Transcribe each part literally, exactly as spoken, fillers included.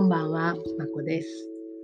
ばんは、まこです。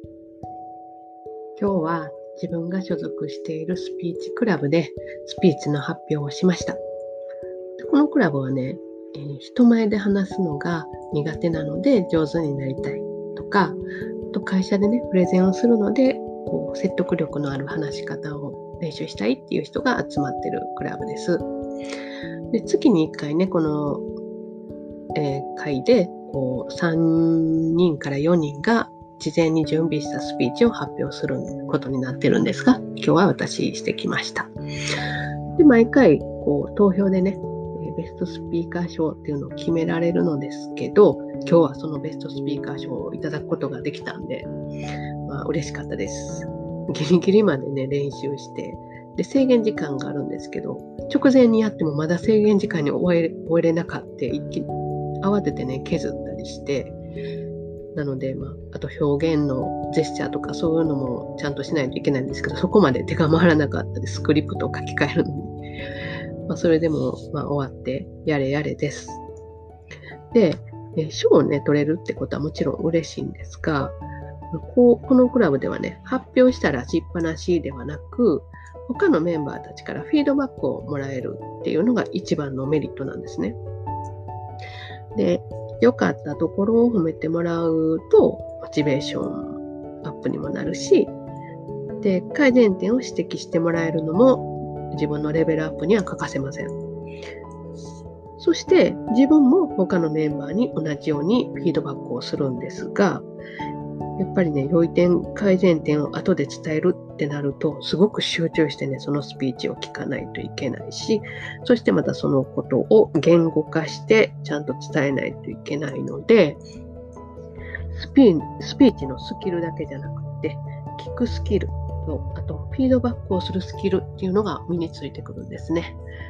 今日は自分が所属しているスピーチクラブでスピーチの発表をしました。このクラブはね、えー、人前で話すのが苦手なので上手になりたいとか、あと会社でね、プレゼンをするのでこう説得力のある話し方を練習したいっていう人が集まっているクラブです。で、月にいっかいね、この、えー、会でこうさんにんからよにんが事前に準備したスピーチを発表することになってるんですが、今日は私してきました。で、毎回こう投票でね、ベストスピーカー賞っていうのを決められるのですけど、今日はそのベストスピーカー賞をいただくことができたんで、まあ嬉しかったです。ギリギリまでね、練習して、で、制限時間があるんですけど、直前にやってもまだ制限時間に終え、終えれなかった、一気に慌ててね、削ったりして、なので、まあ、あと表現のジェスチャーとかそういうのもちゃんとしないといけないんですけど、そこまで手が回らなかったです。スクリプトを書き換えるのに。まあ、それでも、まあ、終わって、やれやれです。で、賞をね、取れるってことはもちろん嬉しいんですが、こうこのクラブではね、発表したらしっぱなしではなく、他のメンバーたちからフィードバックをもらえるっていうのが一番のメリットなんですね。で、良かったところを褒めてもらうと、モチベーションアップにもなるし、で、改善点を指摘してもらえるのも自分のレベルアップには欠かせません。そして自分も他のメンバーに同じようにフィードバックをするんですが、やっぱりね、良い点、改善点を後で伝えるってなると、すごく集中してね、そのスピーチを聞かないといけないし、そしてまたそのことを言語化してちゃんと伝えないといけないので、スピー、スピーチのスキルだけじゃなくて、聞くスキルと、あとフィードバックをするスキルっていうのが身についてくるんですね。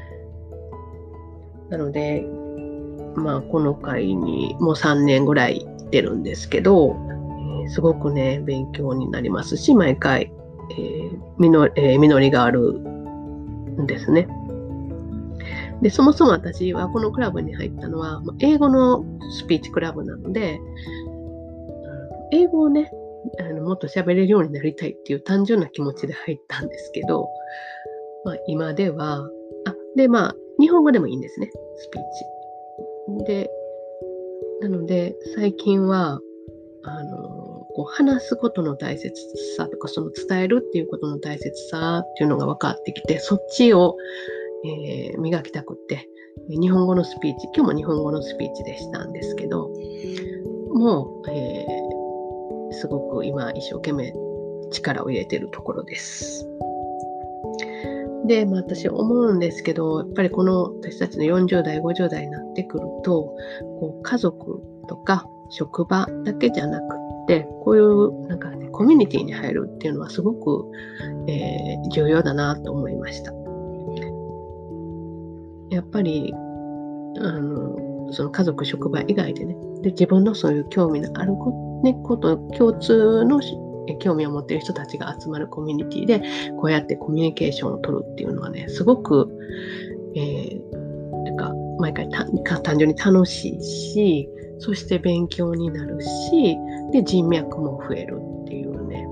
なので、まあ、この会にもうさんねんぐらい行ってるんですけど、すごくね、勉強になりますし、毎回、えー実えー、実りがあるんですね。で、そもそも私はこのクラブに入ったのは、英語のスピーチクラブなので、英語をね、あのもっと喋れるようになりたいっていう単純な気持ちで入ったんですけど、まあ、今では、あ、で、まあ、日本語でもいいんですね、スピーチ。で、なので、最近は、あの、こう話すことの大切さとか、その伝えるっていうことの大切さっていうのが分かってきて、そっちを、えー、磨きたくって、日本語のスピーチ、今日も日本語のスピーチでしたんですけど、もう、えー、すごく今一生懸命力を入れているところです。で、まあ、私思うんですけど、やっぱりこの私たちのよんじゅう代、ごじゅう代になってくると、こう家族とか職場だけじゃなくて、こういうなんかね、コミュニティに入るっていうのはすごく、えー、重要だなと思いました。やっぱり、あの、その家族、職場以外でね、で自分のそういう興味のあるこ、ね、こと、共通の興味を持っている人たちが集まるコミュニティで、こうやってコミュニケーションを取るっていうのはね、すごく、えー、なんか毎回た単純に楽しいし、そして勉強になるし、で人脈も増えるっていうね、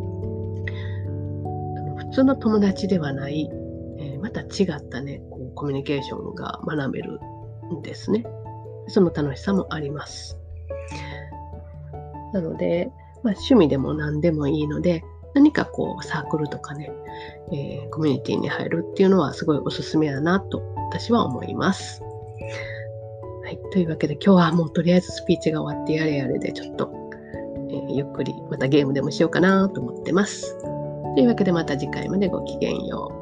あの普通の友達ではない、えー、また違ったね、こうコミュニケーションが学べるんですね。その楽しさもあります。なので、まあ、趣味でも何でもいいので、何かこうサークルとかね、えー、コミュニティに入るっていうのはすごいおすすめだなと私は思います。はい、というわけで今日はもうとりあえずスピーチが終わってやれやれでちょっと、えー、ゆっくりまたゲームでもしようかなと思ってます。というわけでまた次回までごきげんよう。